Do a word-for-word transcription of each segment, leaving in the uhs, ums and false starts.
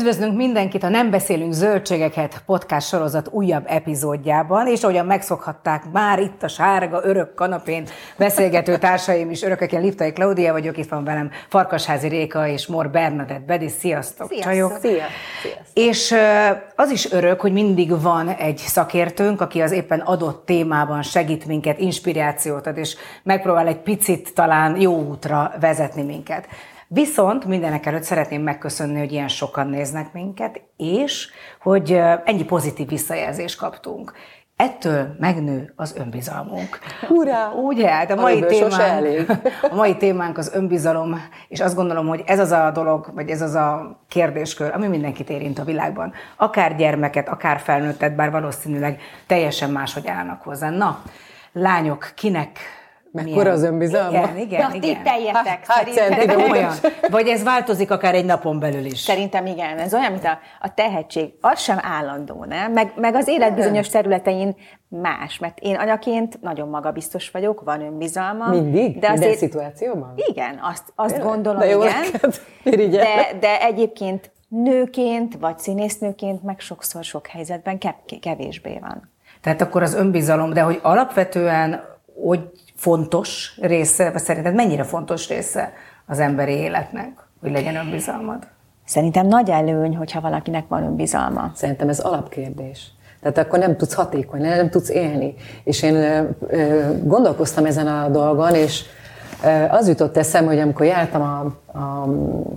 Üdvözlünk mindenkit a Nem beszélünk zöldségeket podcast sorozat újabb epizódjában, és ahogyan megszokhatták, már itt a sárga örök kanapén beszélgető társaim is örökök, én Liptai Klaudia vagyok, itt van velem Farkasházi Réka és Mor Bernadett Bedi. Sziasztok, Sziasztok. csajok! Szia. Sziasztok. És az is örök, hogy mindig van egy szakértőnk, aki az éppen adott témában segít minket, inspirációt ad, és megpróbál egy picit talán jó útra vezetni minket. Viszont mindenek előtt szeretném megköszönni, hogy ilyen sokan néznek minket, és hogy ennyi pozitív visszajelzést kaptunk. Ettől megnő az önbizalmunk. Hurrá! Ugye? Hát a mai, témánk, a mai témánk az önbizalom, és azt gondolom, hogy ez az a dolog, vagy ez az a kérdéskör, ami mindenkit érint a világban. Akár gyermeket, akár felnőttet, bár valószínűleg teljesen máshogy állnak hozzá. Na, lányok, kinek... Mekkora az önbizalma? Igen, igen, ja, igen. ti teljetek, hát, szerintem. De olyan. Vagy ez változik akár egy napon belül is. Szerintem igen, ez olyan, mint a, a tehetség, az sem állandó, nem? Meg, meg az élet bizonyos területein más, mert én anyaként nagyon magabiztos vagyok, van önbizalma. Mindig? De Minden azért, szituációban? Igen, azt, azt Tényleg? gondolom, de jó igen. De, de egyébként nőként, vagy színésznőként meg sokszor sok helyzetben kevésbé van. Tehát akkor az önbizalom, de hogy alapvetően hogy fontos része, vagy szerinted mennyire fontos része az emberi életnek, hogy legyen önbizalmad? Szerintem nagy előny, hogyha valakinek van önbizalma. Szerintem ez alapkérdés. Tehát akkor nem tudsz hatékony, nem tudsz élni. És én ö, ö, gondolkoztam ezen a dolgon, és ö, az jutott eszembe, hogy amikor jártam a, a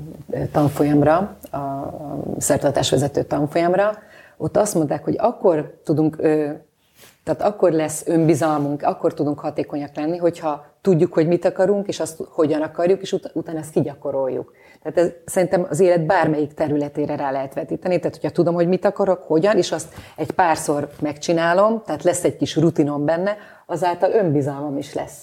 tanfolyamra, a, a szertartásvezető tanfolyamra, ott azt mondták, hogy akkor tudunk... Ö, Tehát akkor lesz önbizalmunk, akkor tudunk hatékonyak lenni, hogyha tudjuk, hogy mit akarunk, és azt hogyan akarjuk, és ut- utána ezt kigyakoroljuk. Tehát ez, szerintem az élet bármelyik területére rá lehet vetíteni. Tehát, hogyha tudom, hogy mit akarok, hogyan, és azt egy párszor megcsinálom, tehát lesz egy kis rutinom benne, azáltal önbizalmam is lesz.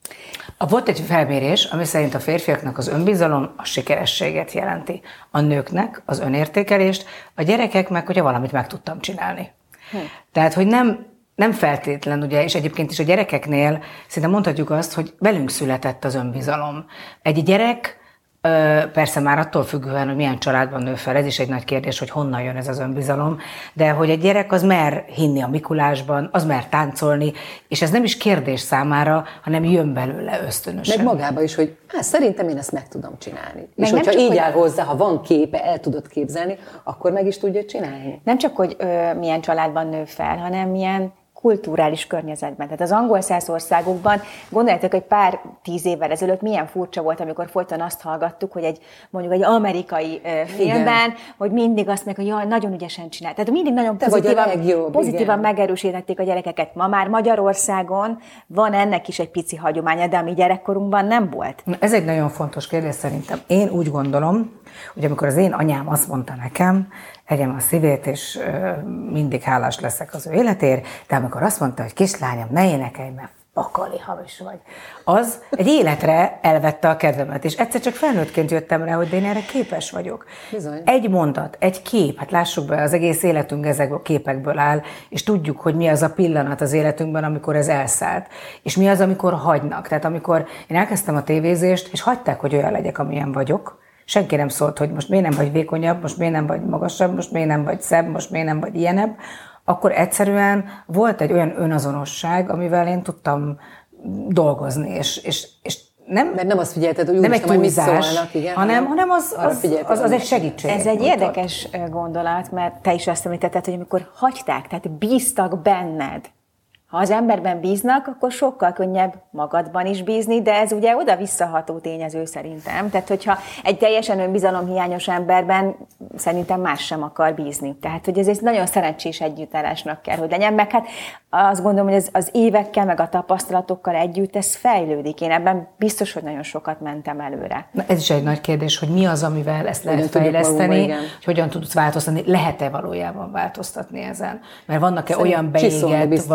Volt egy felmérés, ami szerint a férfiaknak az önbizalom a sikerességet jelenti. A nőknek az önértékelést, a gyerekek meg, hogyha valamit meg tudtam csinálni. Hm. Tehát, hogy nem... Nem feltétlen, ugye, és egyébként is a gyerekeknél szinte mondhatjuk azt, hogy velünk született az önbizalom. Egy gyerek, persze már attól függően, hogy milyen családban nő fel, ez is egy nagy kérdés, hogy honnan jön ez az önbizalom, de hogy egy gyerek az mer hinni a Mikulásban, az mer táncolni, és ez nem is kérdés számára, hanem jön belőle ösztönösen. Meg magába is, hogy hát szerintem én ezt meg tudom csinálni. Meg és nem hogyha csak, így hogy... áll hozzá, ha van képe, el tudod képzelni, akkor meg is tudja csinálni. Nem csak, hogy ö, milyen családban nő fel, hanem milyen kulturális környezetben. Tehát az angol száz országokban, gondoljátok, hogy pár tíz évvel ezelőtt milyen furcsa volt, amikor folyton azt hallgattuk, hogy egy mondjuk egy amerikai uh, filmben, igen, hogy mindig azt mondják, hogy jaj, nagyon ügyesen csinál. Tehát mindig nagyon Te pozitívan, legjobb, pozitívan megerősítették a gyerekeket. Ma már Magyarországon van ennek is egy pici hagyománya, de a mi gyerekkorunkban nem volt. Ez egy nagyon fontos kérdés szerintem. Én úgy gondolom, hogy amikor az én anyám azt mondta nekem, egyem a szívét, és mindig hálás leszek az ő életért, de amikor azt mondta, hogy kislányom, ne énekelj, mert pakali hamis vagy, az egy életre elvette a kedvemet, és egyszer csak felnőttként jöttem rá, hogy én erre képes vagyok. Bizony. Egy mondat, egy kép, hát lássuk be, az egész életünk ezekből a képekből áll, és tudjuk, hogy mi az a pillanat az életünkben, amikor ez elszállt, és mi az, amikor hagynak. Tehát amikor én elkezdtem a tévézést, és hagyták, hogy olyan legyek, amilyen vagyok, senki nem szólt, hogy most miért nem vagy vékonyabb, most miért nem vagy magasabb, most miért nem vagy szebb, most miért nem vagy ilyenebb, akkor egyszerűen volt egy olyan önazonosság, amivel én tudtam dolgozni, és, és, és nem, mert nem azt figyelted, hogy nem úgy, egy túlzás, szólnak, igen, hanem, hanem az, az, az, az egy segítség. Ez egy érdekes gondolat, mert te is azt említetted, hogy amikor hagyták, tehát bíztak benned. Ha az emberben bíznak, akkor sokkal könnyebb magadban is bízni, de ez ugye oda-visszaható tényező szerintem. Tehát, hogyha egy teljesen önbizalomhiányos emberben szerintem más sem akar bízni. Tehát, hogy ez egy nagyon szerencsés együttállásnak kell, hogy legyen. Meg hát azt gondolom, hogy ez az évekkel, meg a tapasztalatokkal együtt ez fejlődik. Én ebben biztos, hogy nagyon sokat mentem előre. Na, ez is egy nagy kérdés, hogy mi az, amivel ezt lehet fejleszteni, hogy hogyan tudsz változtatni, lehet-e valójában változtatni ezen? Mert vannak-e olyan beégett, vagy be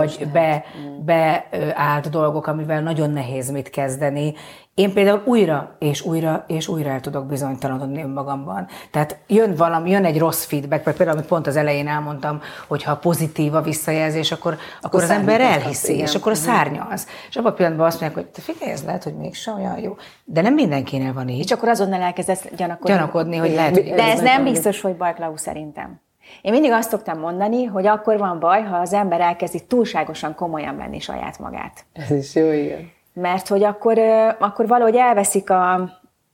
be, beállt dolgok, amivel nagyon nehéz mit kezdeni. Én például újra és újra és újra el tudok bizonytalanodni önmagamban. Tehát jön valami, jön egy rossz feedback, vagy például, amit pont az elején elmondtam, hogy ha pozitív a visszajelzés, akkor, akkor, akkor az ember elhiszi, és akkor a szárnyalsz. És abban a pillanatban azt mondják, hogy te figyelj, ez lehet, hogy mégsem olyan jó. De nem mindenkinél van így. És akkor azonnal elkezdesz gyanakodni. Gyanakodni, hogy lehet, hogy de ez nem biztos, hogy baj, Klau, szerintem. Én mindig azt szoktam mondani, hogy akkor van baj, ha az ember elkezdi túlságosan komolyan venni saját magát. Ez is jó, igen. Mert hogy akkor, akkor valahogy elveszik a,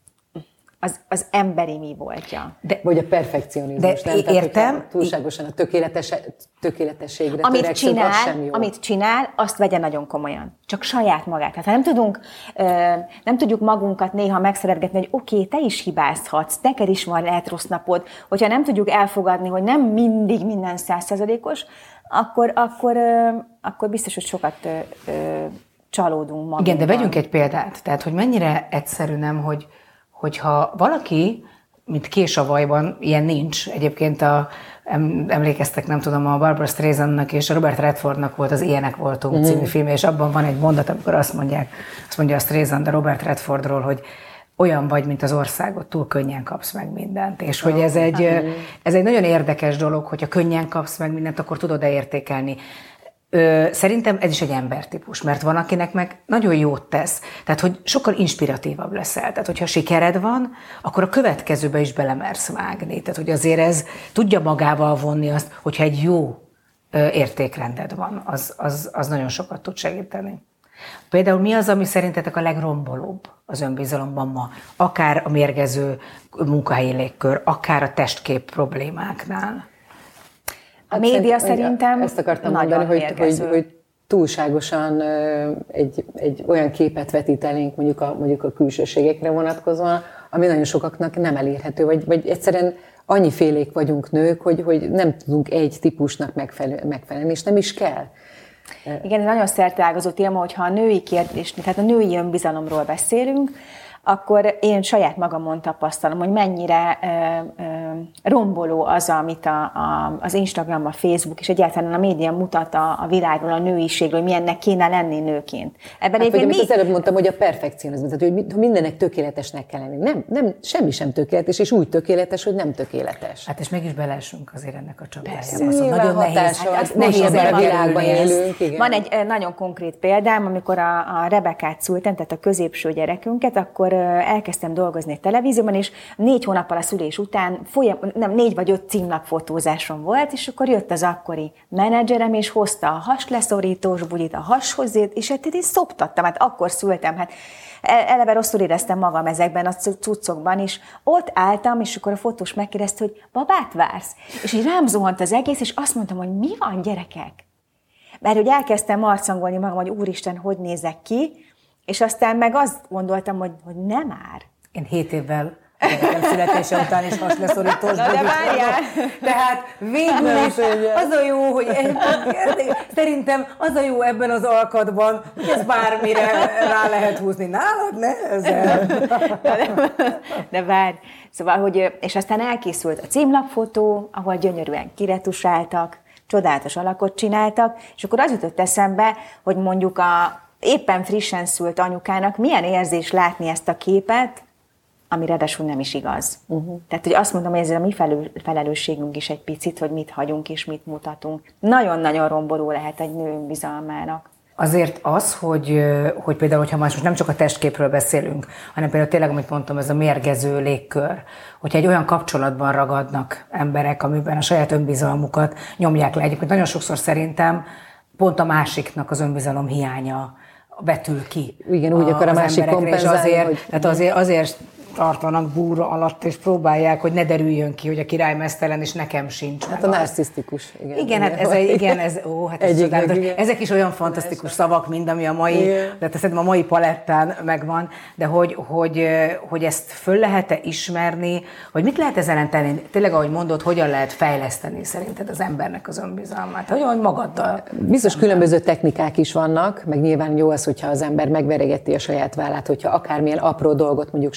az, az emberi mi voltja. De, vagy a perfekcionizmus. De nem? értem. Tehát, túlságosan a tökéletes, tökéletességre amit törekszünk, csinál, az sem jó. Amit csinál, azt vegye nagyon komolyan. Csak saját magát. Tehát ha nem tudunk, nem tudjuk magunkat néha megszeretgetni, hogy oké, okay, te is hibázhatsz, neked is van lehet rossz napod, hogyha nem tudjuk elfogadni, hogy nem mindig minden százszerzalékos, akkor, akkor, akkor biztos, hogy sokat csalódunk magunkban. Igen, de vegyünk egy példát. Tehát, hogy mennyire egyszerű nem, hogy, hogyha valaki, mint Kés a vajban, ilyen nincs. Egyébként a, emlékeztek, nem tudom, a Barbara Streisandnak és a Robert Redfordnak volt az Ilyenek voltunk mm. című film, és abban van egy mondat, amikor azt mondják, azt mondja a Streisand a Robert Redfordról, hogy olyan vagy, mint az országot, túl könnyen kapsz meg mindent. És hogy ez egy, ez egy nagyon érdekes dolog, hogyha könnyen kapsz meg mindent, akkor tudod-e értékelni. Ö, szerintem ez is egy embertípus, mert van, akinek meg nagyon jót tesz. Tehát, hogy sokkal inspiratívabb leszel. Tehát, hogyha sikered van, akkor a következőbe is belemersz vágni. Tehát, hogy azért ez tudja magával vonni azt, hogyha egy jó ö, értékrended van, az, az, az nagyon sokat tud segíteni. Például mi az, ami szerintetek a legrombolóbb az önbizalomban ma? Akár a mérgező munkahelyi légkör, akár a testkép problémáknál. A média szerintem ezt akartam mondani, hogy, hogy, hogy túlságosan egy, egy olyan képet vetít elénk mondjuk a, mondjuk a külsőségekre vonatkozóan, ami nagyon sokaknak nem elérhető, vagy, vagy egyszerűen annyi félék vagyunk nők, hogy, hogy nem tudunk egy típusnak megfelelni, és nem is kell. Igen, ez nagyon szerteágazó téma, hogyha a női kérdés, tehát a női önbizalomról beszélünk, akkor én saját magamon tapasztalom, hogy mennyire ö, ö, romboló az, amit a, a, az Instagram, a Facebook és egyáltalán a média mutat a, a világról, a nőiségről, hogy milyennek kéne lenni nőként. Ebben hát, vagy amit mi... az előbb mondtam, hogy a perfekcionizmus, tehát hogy mindennek tökéletesnek kell lenni. Nem, nem, semmi sem tökéletes, és úgy tökéletes, hogy nem tökéletes. Hát és mégis beleessünk azért ennek a csapdájába. Szóval nagyon nehéz. Hát nehéz ebben a világban élünk. Igen. Van egy nagyon konkrét példám, amikor a, a Rebekát szültem, tehát a középső gyerekünket, akkor elkezdtem dolgozni egy televízióban, és négy hónappal a szülés után folyam, nem, négy vagy öt címlapfotózásom volt, és akkor jött az akkori menedzserem, és hozta a hasleszorítós bugyit, a hashozét, és hát én szoptattam, hát akkor szültem, hát eleve rosszul éreztem magam ezekben a cuccokban, és ott álltam, és akkor a fotós megkérdezte, hogy babát vársz? És így rám zuhant az egész, és azt mondtam, hogy mi van, gyerekek? Mert hogy elkezdtem marcangolni magam, hogy úristen, hogy nézek ki, és aztán meg azt gondoltam, hogy, hogy nem már. Én hét évvel a gyerekem születése után is hasleszorítós bugyit hordok. Tehát végül is az a jó, hogy szerintem az a jó ebben az alkatban, hogy ez bármire rá lehet húzni. Nálad nehezen. De, de várj. Szóval, hogy, és aztán elkészült a címlapfotó, ahol gyönyörűen kiretusáltak, csodálatos alakot csináltak, és akkor az jutott eszembe, hogy mondjuk a éppen frissen szült anyukának milyen érzés látni ezt a képet, ami ráadásul nem is igaz. Uh-huh. Tehát, hogy azt mondom, hogy ez a mi felelősségünk is egy picit, hogy mit hagyunk és mit mutatunk. Nagyon-nagyon romboló lehet egy nő önbizalmának. Azért az, hogy, hogy például, hogyha most nem csak a testképről beszélünk, hanem például tényleg, amit mondtam, ez a mérgező légkör, hogyha egy olyan kapcsolatban ragadnak emberek, amiben a saját önbizalmukat nyomják le. Egyébként nagyon sokszor szerintem pont a másiknak az önbizalom hiánya vetül ki. Igen, úgy akar a másik kompenzálni. Azért, hogy... tehát azért, azért tartanak búra alatt, és próbálják, hogy ne derüljön ki, hogy a király mesztelen, és nekem sincs. Hát a narcisztikus. Igen, igen, hát ez, egy, igen, ez, ó, hát ez igen. Ezek is olyan fantasztikus szavak, mint ami a mai, tehát szerintem a mai palettán megvan, de hogy, hogy, hogy ezt föl lehet-e ismerni, hogy mit lehet ezen tenni? Tényleg, ahogy mondod, hogyan lehet fejleszteni szerinted az embernek az önbizalmát? Hogyan magaddal? Biztos különböző technikák is vannak, meg nyilván jó az, hogyha az ember megveregeti a saját vállát, hogyha akármilyen apró dolgot mondjuk sikerült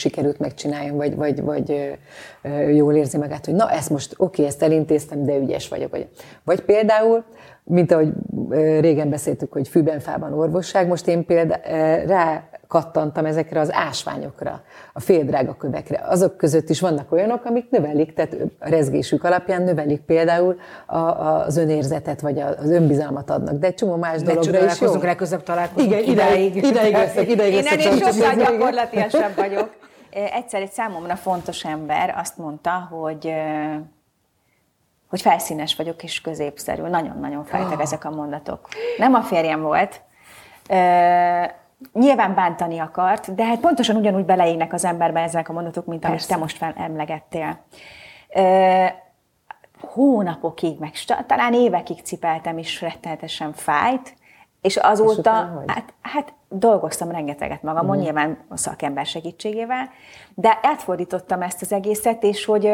megcsináljon, vagy, vagy, vagy jól érzi magát, hogy na ezt most oké, ezt elintéztem, de ügyes vagyok. Vagy, vagy például, mint ahogy régen beszéltük, hogy fűben, fában orvosság, most én például rá kattantam ezekre az ásványokra, a féldrága kövekre. Azok között is vannak olyanok, amik növelik, tehát a rezgésük alapján növelik például a, a, az önérzetet, vagy az önbizalmat adnak, de egy csomó más ne dologra is jó. Legközelebb találkozunk. Igen, ideig, ideig veszek, ideig veszek. Én is sokkal gyakorlatilasabb vagyok. Egyszer egy számomra fontos ember azt mondta, hogy, hogy felszínes vagyok és középszerű. Nagyon-nagyon fájtak oh. ezek a mondatok. Nem a férjem volt. Nyilván bántani akart, de hát pontosan ugyanúgy beleégnek az emberben ezek a mondatok, mint amit te most felemlegettél. Hónapokig, meg talán évekig cipeltem, és rettenetesen fájt, és azóta, és hát, hát dolgoztam rengeteget magamon, uh-huh. nyilván a szakember segítségével, de átfordítottam ezt az egészet, és hogy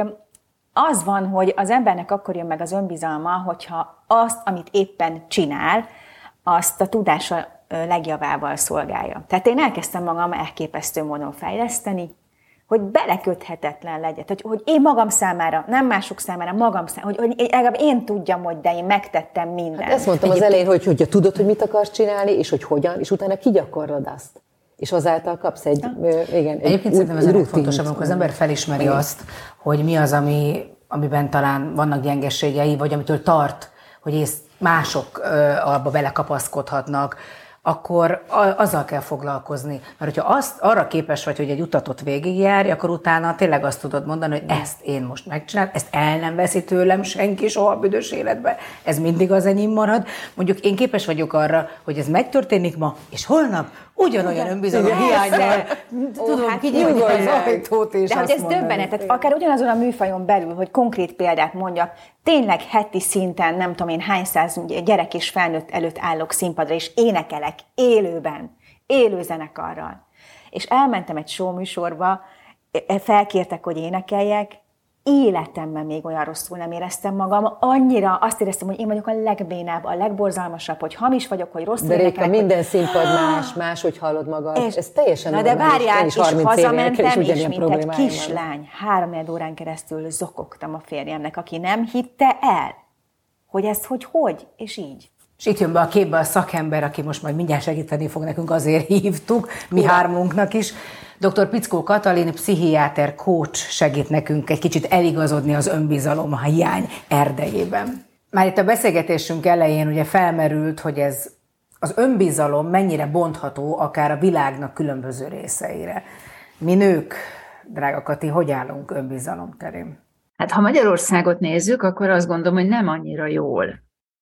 az van, hogy az embernek akkor jön meg az önbizalma, hogyha azt, amit éppen csinál, azt a tudása legjavával szolgálja. Tehát én elkezdtem magam elképesztő módon fejleszteni, hogy beleköthetetlen legyen. Hogy, hogy én magam számára, nem mások számára, magam számára, hogy, hogy legalább én tudjam, hogy de én megtettem mindent. Hát ezt mondtam Egyébként... az elején, hogy, hogy tudod, hogy mit akarsz csinálni, és hogy hogyan, és utána kigyakorlod azt. És azáltal kapsz egy, ja. igen, egy Egyébként szerintem ez a legfontosabb, amikor az ember felismeri igen. azt, hogy mi az, ami, amiben talán vannak gyengeségei, vagy amitől tart, hogy ezt mások ö, abba belekapaszkodhatnak, akkor azzal kell foglalkozni. Mert hogyha azt, arra képes vagy, hogy egy utatot végigjárj, akkor utána tényleg azt tudod mondani, hogy ezt én most megcsinálom, ezt el nem veszi tőlem senki soha a büdös életbe, ez mindig az enyém marad. Mondjuk én képes vagyok arra, hogy ez megtörténik ma, és holnap ugyanolyan önbizalom hiányol. Tudom, hát kinyitni az ajtót, és de hogy ez döbbenet, akár ugyanazon a műfajon belül, hogy konkrét példát mondjak, tényleg heti szinten, nem tudom én hány száz gyerek és felnőtt előtt állok színpadra, és énekelek élőben, élő zenekarral. És elmentem egy show műsorba, felkértek, hogy énekeljek, életemben még olyan rosszul nem éreztem magam, annyira azt éreztem, hogy én vagyok a legbénább, a legborzalmasabb, hogy hamis vagyok, hogy rosszul de énekelek. De minden színpad más, máshogy hallod magad, és ez teljesen na normális. De várjál, és hazamentem, és, és mint egy kislány, három órán keresztül zokogtam a férjemnek, aki nem hitte el, hogy ez hogy, hogy, és így. És itt jön be a képbe a szakember, aki most majd mindjárt segíteni fog nekünk, azért hívtuk, mi Ura. hármunknak is. doktor Pickó Katalin, pszichiáter, coach segít nekünk egy kicsit eligazodni az önbizalom hiány erdejében. Már itt a beszélgetésünk elején ugye felmerült, hogy ez az önbizalom mennyire bontható akár a világnak különböző részeire. Mi nők, drága Kati, hogy állunk önbizalom terén? Hát ha Magyarországot nézzük, akkor azt gondolom, hogy nem annyira jól.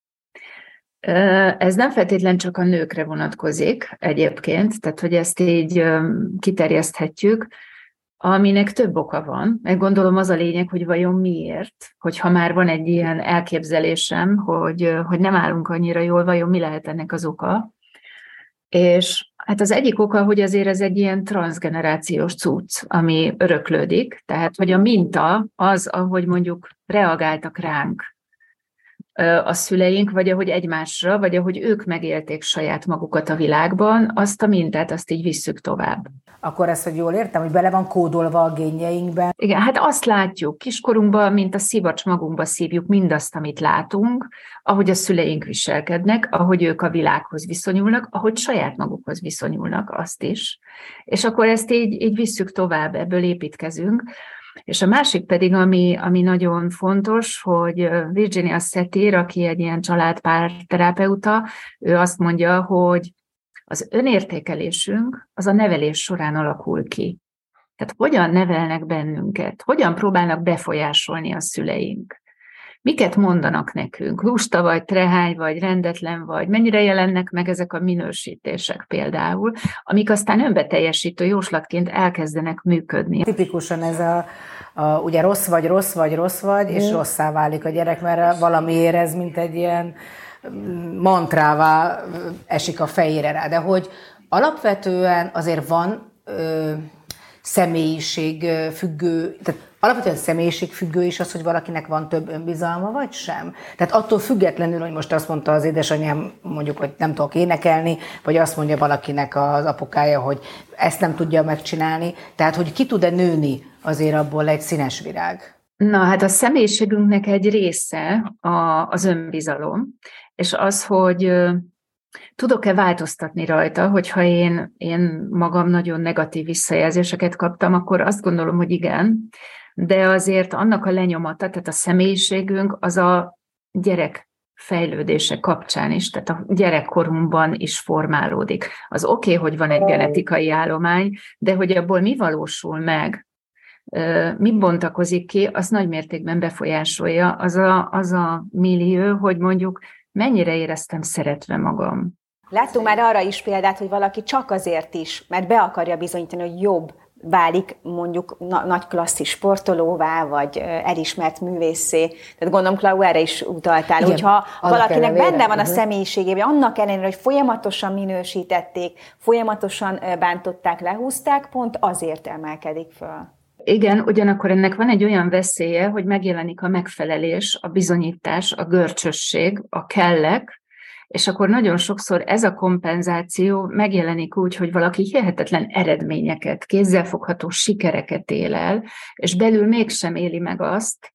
Ez nem feltétlen csak a nőkre vonatkozik egyébként, tehát hogy ezt így kiterjeszthetjük, aminek több oka van. Meg gondolom az a lényeg, hogy vajon miért, hogyha már van egy ilyen elképzelésem, hogy, hogy nem állunk annyira jól, vajon mi lehet ennek az oka. És hát az egyik oka, hogy azért ez egy ilyen transzgenerációs cucc, ami öröklődik, tehát hogy a minta az, ahogy mondjuk reagáltak ránk a szüleink, vagy ahogy egymásra, vagy ahogy ők megélték saját magukat a világban, azt a mintát, azt így visszük tovább. Akkor ezt, hogy jól értem, hogy bele van kódolva a génjeinkben? Igen, hát azt látjuk, kiskorunkban, mint a szivacs magunkba szívjuk mindazt, amit látunk, ahogy a szüleink viselkednek, ahogy ők a világhoz viszonyulnak, ahogy saját magukhoz viszonyulnak, azt is. És akkor ezt így, így visszük tovább, ebből építkezünk. És a másik pedig, ami, ami nagyon fontos, hogy Virginia Satir, aki egy ilyen családpárterapeuta, ő azt mondja, hogy az önértékelésünk az a nevelés során alakul ki. Tehát hogyan nevelnek bennünket, hogyan próbálnak befolyásolni a szüleink. Miket mondanak nekünk? Lusta vagy, trehány vagy, rendetlen vagy? Mennyire jelennek meg ezek a minősítések például, amik aztán önbeteljesítő jóslatként elkezdenek működni. Tipikusan ez a, a ugye rossz vagy, rossz vagy, rossz vagy, és mm. rosszá válik a gyerek, mert valami érez, mint egy ilyen mantrává esik a fejére rá. De hogy alapvetően azért van ö, személyiség függő, tehát alapvetően személyiségfüggő is az, hogy valakinek van több önbizalma, vagy sem? Tehát attól függetlenül, hogy most azt mondta az édesanyám, mondjuk, hogy nem tudok énekelni, vagy azt mondja valakinek az apukája, hogy ezt nem tudja megcsinálni. Tehát, hogy ki tud-e nőni azért abból egy színes virág? Na, hát a személyiségünknek egy része a, az önbizalom, és az, hogy tudok-e változtatni rajta, hogyha én, én magam nagyon negatív visszajelzéseket kaptam, akkor azt gondolom, hogy igen, de azért annak a lenyomata, tehát a személyiségünk az a gyerek fejlődése kapcsán is, tehát a gyerekkorunkban is formálódik. Az oké, okay, hogy van egy genetikai állomány, de hogy abból mi valósul meg, mi bontakozik ki, az nagy mértékben befolyásolja az a, az a millió, hogy mondjuk mennyire éreztem szeretve magam. Láttunk már arra is példát, hogy valaki csak azért is, mert be akarja bizonyítani, hogy jobb válik mondjuk na- nagy klasszis sportolóvá, vagy elismert művészé. Tehát gondolom, Klau, erre is utaltál. Igen, hogyha valakinek benne van a személyiségében, annak ellenére, hogy folyamatosan minősítették, folyamatosan bántották, lehúzták, pont azért emelkedik föl. Igen, ugyanakkor ennek van egy olyan veszélye, hogy megjelenik a megfelelés, a bizonyítás, a görcsösség, a kellek, és akkor nagyon sokszor ez a kompenzáció megjelenik úgy, hogy valaki hihetetlen eredményeket, kézzelfogható sikereket él el, és belül mégsem éli meg azt.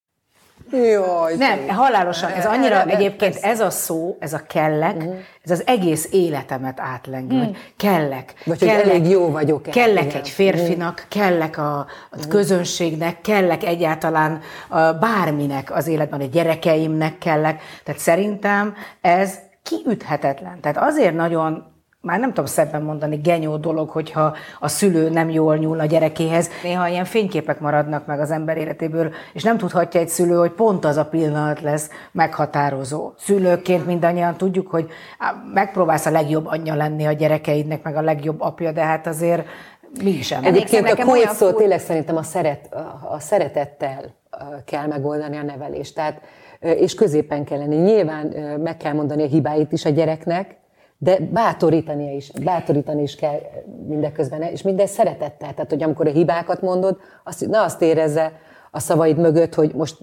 Jaj, nem, halálosan. Ez annyira egyébként ez a szó, ez a kellek, uh-huh. ez az egész életemet átlengi, uh-huh. hogy kellek. Vagy kellek, hogy elég jó vagyok. Kellek igen. egy férfinak, kellek a, a uh-huh. közönségnek, kellek egyáltalán a bárminek az életben, a gyerekeimnek kellek. Tehát szerintem ez kiüthetetlen. Tehát azért nagyon, már nem tudom szebben mondani, genyó dolog, hogyha a szülő nem jól nyúl a gyerekéhez. Néha ilyen fényképek maradnak meg az ember életéből, és nem tudhatja egy szülő, hogy pont az a pillanat lesz meghatározó. Szülőként mindannyian tudjuk, hogy megpróbálsz a legjobb anyja lenni a gyerekeidnek, meg a legjobb apja, de hát azért mi is ember. Egyébként a kulcs szó tényleg szerintem a, szeret, a szeretettel kell megoldani a nevelést. Tehát és középen kell lenni. Nyilván meg kell mondani a hibáit is a gyereknek, de bátorítani is, bátorítani is kell mindeközben, és minden szeretettel. Tehát, hogy amikor a hibákat mondod, azt, ne azt érezze a szavaid mögött, hogy most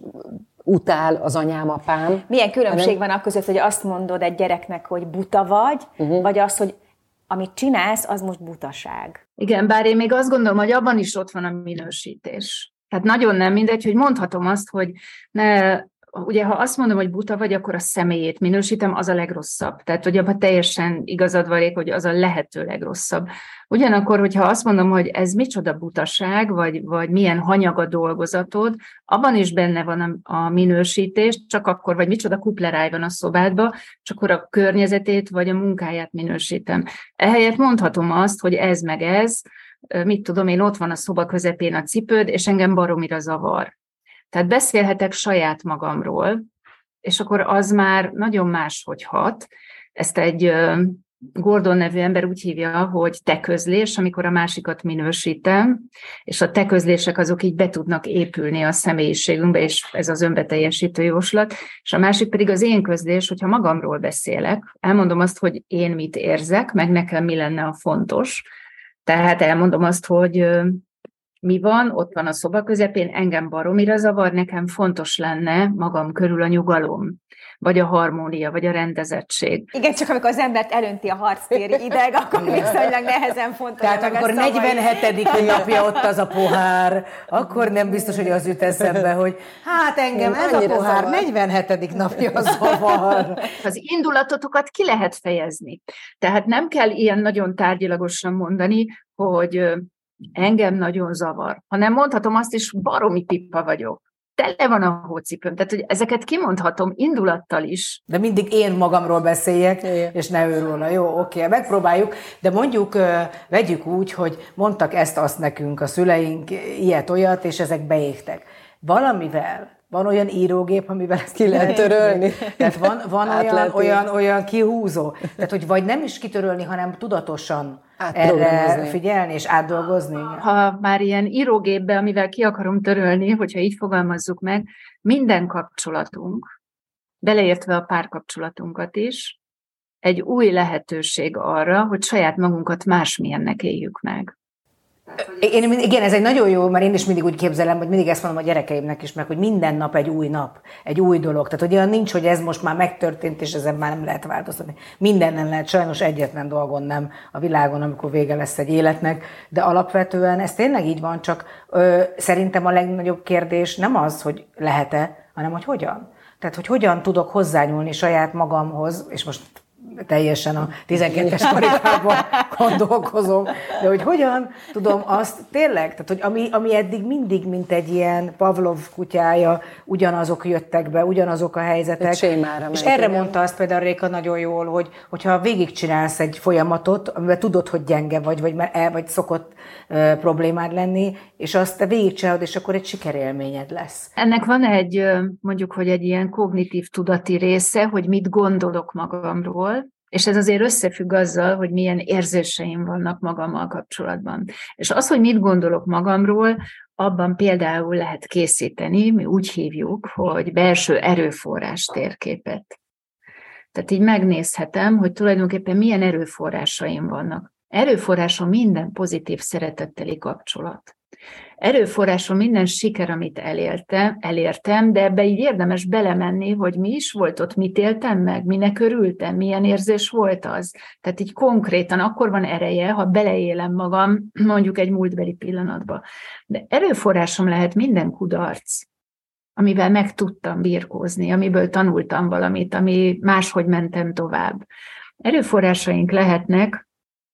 utál az anyám, apám. Milyen különbség hanem... van között, hogy azt mondod egy gyereknek, hogy buta vagy, uh-huh. vagy az, hogy amit csinálsz, az most butaság. Igen, bár én még azt gondolom, hogy abban is ott van a minősítés. Tehát nagyon nem mindegy, hogy mondhatom azt, hogy ne... Ugye, ha azt mondom, hogy buta vagy, akkor a személyét minősítem, az a legrosszabb. Tehát, hogy abban teljesen igazad van, hogy az a lehető legrosszabb. Ugyanakkor, hogyha azt mondom, hogy ez micsoda butaság, vagy, vagy milyen hanyag a dolgozatod, abban is benne van a, a minősítés, csak akkor, vagy micsoda kupleráj van a szobádban, csak akkor a környezetét, vagy a munkáját minősítem. Ehelyett mondhatom azt, hogy ez meg ez, mit tudom én, ott van a szoba közepén a cipőd, és engem baromira zavar. Tehát beszélhetek saját magamról, és akkor az már nagyon máshogy hat. Ezt egy Gordon nevű ember úgy hívja, hogy te-közlés, amikor a másikat minősítem, és a te-közlések azok így be tudnak épülni a személyiségünkbe, és ez az önbeteljesítő jóslat. És a másik pedig az én közlés, hogyha magamról beszélek, elmondom azt, hogy én mit érzek, meg nekem mi lenne a fontos. Tehát elmondom azt, hogy mi van, ott van a szoba közepén, engem baromira zavar, nekem fontos lenne magam körül a nyugalom, vagy a harmónia, vagy a rendezettség. Igen, csak amikor az embert elönti a harctéri ideg, akkor viszonylag nehezen fontos. Tehát amikor negyvenhetedik napja ott az a pohár, akkor nem biztos, hogy az jut eszembe, hogy hát engem ez a pohár zavar. negyvenhetedik napja zavar. Az indulatotokat ki lehet fejezni. Tehát nem kell ilyen nagyon tárgyilagosan mondani, hogy engem nagyon zavar, hanem mondhatom azt is, baromi pipa vagyok. Tele van a hócipőm. Tehát, hogy ezeket kimondhatom indulattal is. De mindig én magamról beszéljek, igen. És ne őróla. Jó, oké, megpróbáljuk. De mondjuk, vegyük úgy, hogy mondtak ezt-azt nekünk a szüleink, ilyet-olyat, és ezek beégtek. Valamivel van olyan írógép, amivel ezt ki lehet törölni. Tehát van, van olyan, olyan, olyan kihúzó. Tehát, hogy vagy nem is kitörölni, hanem tudatosan erre figyelni és átdolgozni. Ha már ilyen írógépbe, amivel ki akarom törölni, hogyha így fogalmazzuk meg, minden kapcsolatunk, beleértve a párkapcsolatunkat is, egy új lehetőség arra, hogy saját magunkat másmilyennek éljük meg. Én, igen, ez egy nagyon jó, mert én is mindig úgy képzelem, hogy mindig ezt mondom a gyerekeimnek is meg, hogy minden nap egy új nap, egy új dolog. Tehát, hogy olyan nincs, hogy ez most már megtörtént, és ezen már nem lehet változtatni. Mindennen lehet, sajnos egyetlen dolgon nem a világon, amikor vége lesz egy életnek, de alapvetően ez tényleg így van, csak ö, szerintem a legnagyobb kérdés nem az, hogy lehet-e, hanem hogy hogyan. Tehát, hogy hogyan tudok hozzányúlni saját magamhoz, és most teljesen a tizenkettes karikában gondolkozom, de hogy hogyan tudom azt tényleg, tehát hogy ami, ami eddig mindig, mint egy ilyen Pavlov kutyája, ugyanazok jöttek be, ugyanazok a helyzetek. Sémára És megy, erre igen. mondta azt például Réka nagyon jól, hogy hogyha végigcsinálsz egy folyamatot, amiben tudod, hogy gyenge vagy, vagy, el, vagy szokott uh, problémád lenni, és azt te végigcsinálod, és akkor egy sikerélményed lesz. Ennek van egy, mondjuk, hogy egy ilyen kognitív tudati része, hogy mit gondolok magamról, és ez azért összefügg azzal, hogy milyen érzéseim vannak magammal kapcsolatban. És az, hogy mit gondolok magamról, abban például lehet készíteni, mi úgy hívjuk, hogy belső erőforrás térképet. Tehát így megnézhetem, hogy tulajdonképpen milyen erőforrásaim vannak. Erőforrásom minden pozitív szeretetteli kapcsolat. Erőforrásom minden siker, amit elértem, elértem, de ebbe így érdemes belemenni, hogy mi is volt ott, mit éltem meg, minek örültem, milyen érzés volt az. Tehát így konkrétan akkor van ereje, ha beleélem magam mondjuk egy múltbeli pillanatba. De erőforrásom lehet minden kudarc, amivel meg tudtam birkózni, amiből tanultam valamit, ami máshogy mentem tovább. Erőforrásaink lehetnek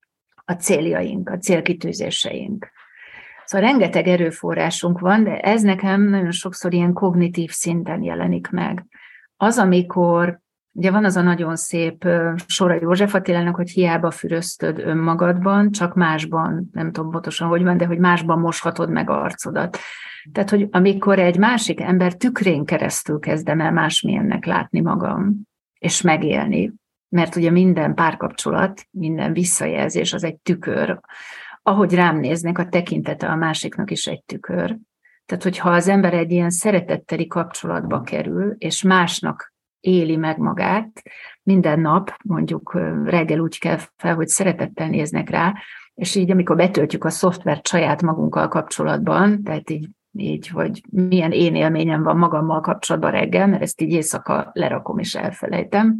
a céljaink, a célkitűzéseink. Szóval rengeteg erőforrásunk van, de ez nekem nagyon sokszor ilyen kognitív szinten jelenik meg. Az, amikor, ugye van az a nagyon szép sora József Attilának, hogy hiába füröztöd önmagadban, csak másban, nem tudom pontosan, hogy van, de hogy másban moshatod meg arcodat. Tehát, hogy amikor egy másik ember tükrén keresztül kezdem el másmilyennek látni magam, és megélni, mert ugye minden párkapcsolat, minden visszajelzés az egy tükör, ahogy rám néznek, a tekintete a másiknak is egy tükör. Tehát, hogyha az ember egy ilyen szeretetteli kapcsolatba kerül, és másnak éli meg magát, minden nap, mondjuk reggel úgy kell fel, hogy szeretettel néznek rá, és így, amikor betöltjük a szoftvert saját magunkkal kapcsolatban, tehát így, így, hogy milyen én élményem van magammal kapcsolatban reggel, mert ezt így éjszaka lerakom és elfelejtem,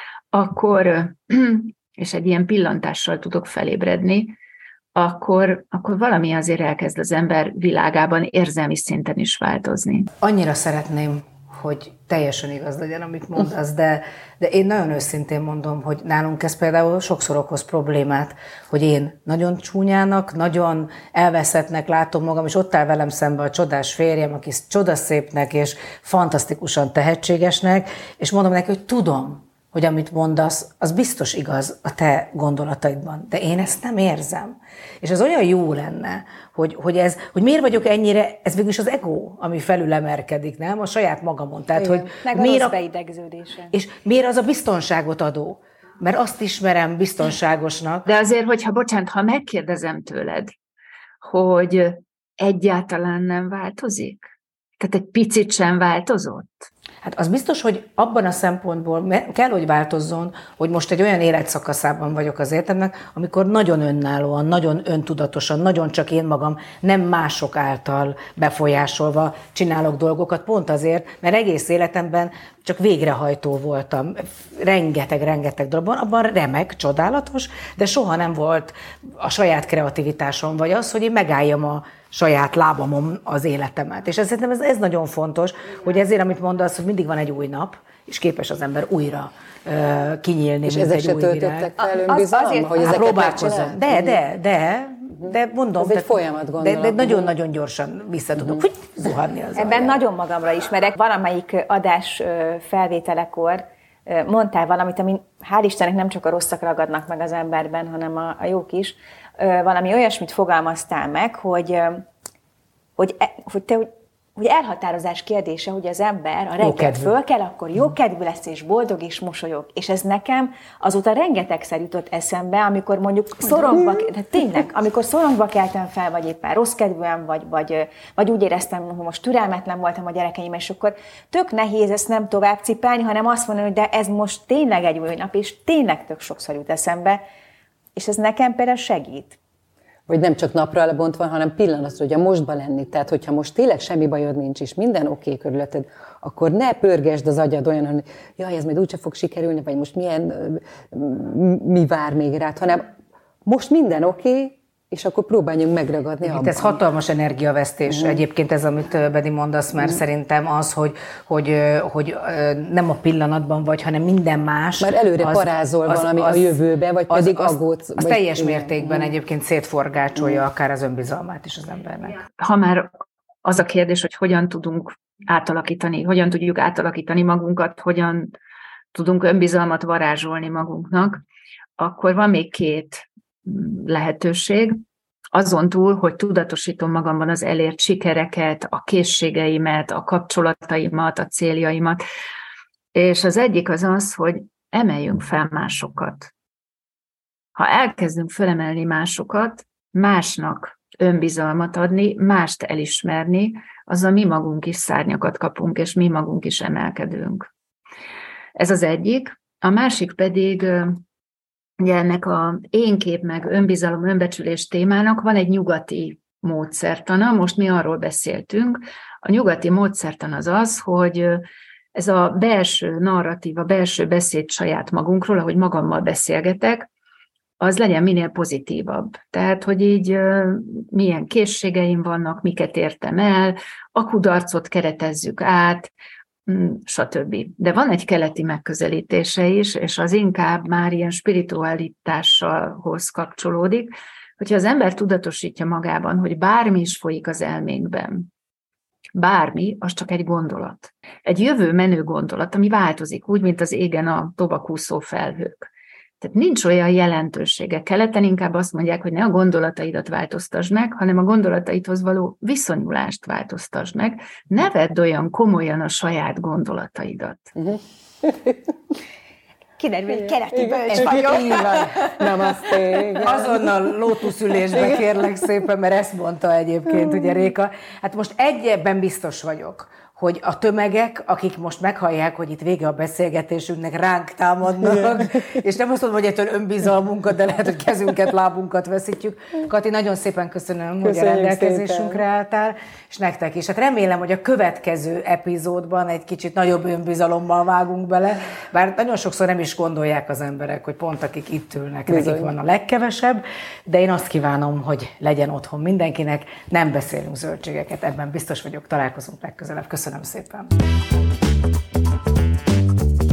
akkor, és egy ilyen pillantással tudok felébredni, akkor, akkor valami azért elkezd az ember világában érzelmi szinten is változni. Annyira szeretném, hogy teljesen igaz legyen, amit mondasz, de, de én nagyon őszintén mondom, hogy nálunk ez például sokszor okoz problémát, hogy én nagyon csúnyának, nagyon elveszettnek látom magam, és ott áll velem szembe a csodás férjem, aki csodaszépnek és fantasztikusan tehetségesnek, és mondom neki, hogy tudom, hogy amit mondasz, az biztos igaz a te gondolataidban, de én ezt nem érzem. És ez olyan jó lenne, hogy, hogy, ez, hogy miért vagyok ennyire, ez végülis az ego, ami felülemelkedik, nem? A saját magamon. Tehát, hogy meg a miért rossz beidegződése. És miért az a biztonságot adó? Mert azt ismerem biztonságosnak. De azért, hogyha, bocsánat, ha megkérdezem tőled, hogy egyáltalán nem változik? Tehát egy picit sem változott? Hát az biztos, hogy abban a szempontból kell, hogy változzon, hogy most egy olyan életszakaszában vagyok az életemnek, amikor nagyon önállóan, nagyon öntudatosan, nagyon csak én magam, nem mások által befolyásolva csinálok dolgokat, pont azért, mert egész életemben csak végrehajtó voltam. Rengeteg-rengeteg dologban, abban remek, csodálatos, de soha nem volt a saját kreativitásom, vagy az, hogy én megálljam a saját lábamon az életemet. És ez, ez, ez nagyon fontos, hogy ezért, amit mondasz, hogy mindig van egy új nap, és képes az ember újra uh, kinyílni. És ezek se töltöttek fel önbizalommal, hogy ezeket próbálkozom. De, de, de, de mondom. Ez egy folyamat, gondolom. De, de nagyon-nagyon gyorsan vissza tudok uh-huh. zuhanni az Ebben alján. Nagyon magamra ismerek. Valamelyik adás felvételekor mondtál valamit, ami hál' Istennek nem csak a rosszak ragadnak meg az emberben, hanem a, a jók is. Valami olyasmit fogalmaztál meg, hogy, hogy, hogy te hogy elhatározás kérdése, hogy az ember a reggel föl kell, akkor jókedvű lesz, és boldog, és mosolyog. És ez nekem azóta rengetegszer jutott eszembe, amikor mondjuk szorongva, de tényleg, amikor szorongva keltem fel, vagy éppen rossz kedvűen, vagy, vagy, vagy úgy éreztem, hogy most türelmetlen voltam a gyerekeim, és akkor tök nehéz ezt nem tovább cipelni, hanem azt mondani, hogy de ez most tényleg egy új nap, és tényleg tök sokszor jut eszembe, és ez nekem például segít. hogy nem csak napra lebontva, hanem pillanatra, hogy a mostban lenni. Tehát, hogyha most tényleg semmi bajod nincs, és minden oké okay körülötted, akkor ne pörgesd az agyad olyan, hogy jaj, ez majd úgyse fog sikerülni, vagy most milyen, mi vár még rád, hanem most minden oké, okay, és akkor próbáljunk megragadni Itt abban. ez hatalmas energiavesztés. Mm. Egyébként ez, amit Bedi mondasz, mert mm. szerintem az, hogy, hogy, hogy nem a pillanatban vagy, hanem minden más. Már előre az, parázol az, valami az, a jövőbe, vagy pedig az, aggódsz. Az, az vagy teljes igen. mértékben mm. egyébként szétforgácsolja mm. akár az önbizalmát is az embernek. Ha már az a kérdés, hogy hogyan tudunk átalakítani, hogyan tudjuk átalakítani magunkat, hogyan tudunk önbizalmat varázsolni magunknak, akkor van még két lehetőség. Azon túl, hogy tudatosítom magamban az elért sikereket, a készségeimet, a kapcsolataimat, a céljaimat. És az egyik az az, hogy emeljünk fel másokat. Ha elkezdünk felemelni másokat, másnak önbizalmat adni, mást elismerni, azzal mi magunk is szárnyakat kapunk, és mi magunk is emelkedünk. Ez az egyik. A másik pedig, ugye ennek a énkép meg önbizalom, önbecsülés témának van egy nyugati módszertana, most mi arról beszéltünk. A nyugati módszertan az az, hogy ez a belső narratív, a belső beszéd saját magunkról, ahogy magammal beszélgetek, az legyen minél pozitívabb. Tehát, hogy így milyen készségeim vannak, miket értem el, a kudarcot keretezzük át, stb. De van egy keleti megközelítése is, és az inkább már ilyen spiritualitáshoz kapcsolódik, hogyha az ember tudatosítja magában, hogy bármi is folyik az elménkben, bármi, az csak egy gondolat. Egy jövő menő gondolat, ami változik, úgy, mint az égen a tobakúszó felhők. Tehát nincs olyan jelentősége. Keleten inkább azt mondják, hogy ne a gondolataidat változtasd meg, hanem a gondolataidhoz való viszonyulást változtasd meg. Ne vedd olyan komolyan a saját gondolataidat. Kiderül, hogy keleti bölcs vagyok. Namaste. Azonnal lótuszülésbe kérlek szépen, mert ezt mondta egyébként ugye Réka. Hát most egyebben biztos vagyok, hogy a tömegek, akik most meghallják, hogy itt vége a beszélgetésünknek, ránk támadnak, és nem azt mondom, hogy ettől önbizalmunkat, de lehet, hogy kezünket, lábunkat veszítjük. Kati, nagyon szépen köszönöm, Köszönjük hogy a rendelkezésünkre álltál, és nektek is. Hát remélem, hogy a következő epizódban egy kicsit nagyobb önbizalommal vágunk bele, bár nagyon sokszor nem is gondolják az emberek, hogy pont akik itt ülnek, Bizony. nekik van a legkevesebb, de én azt kívánom, hogy legyen otthon mindenkinek, nem beszélünk zöldségeket, ebben biztos vagyok, találkozunk legközelebb. Köszönöm szépen!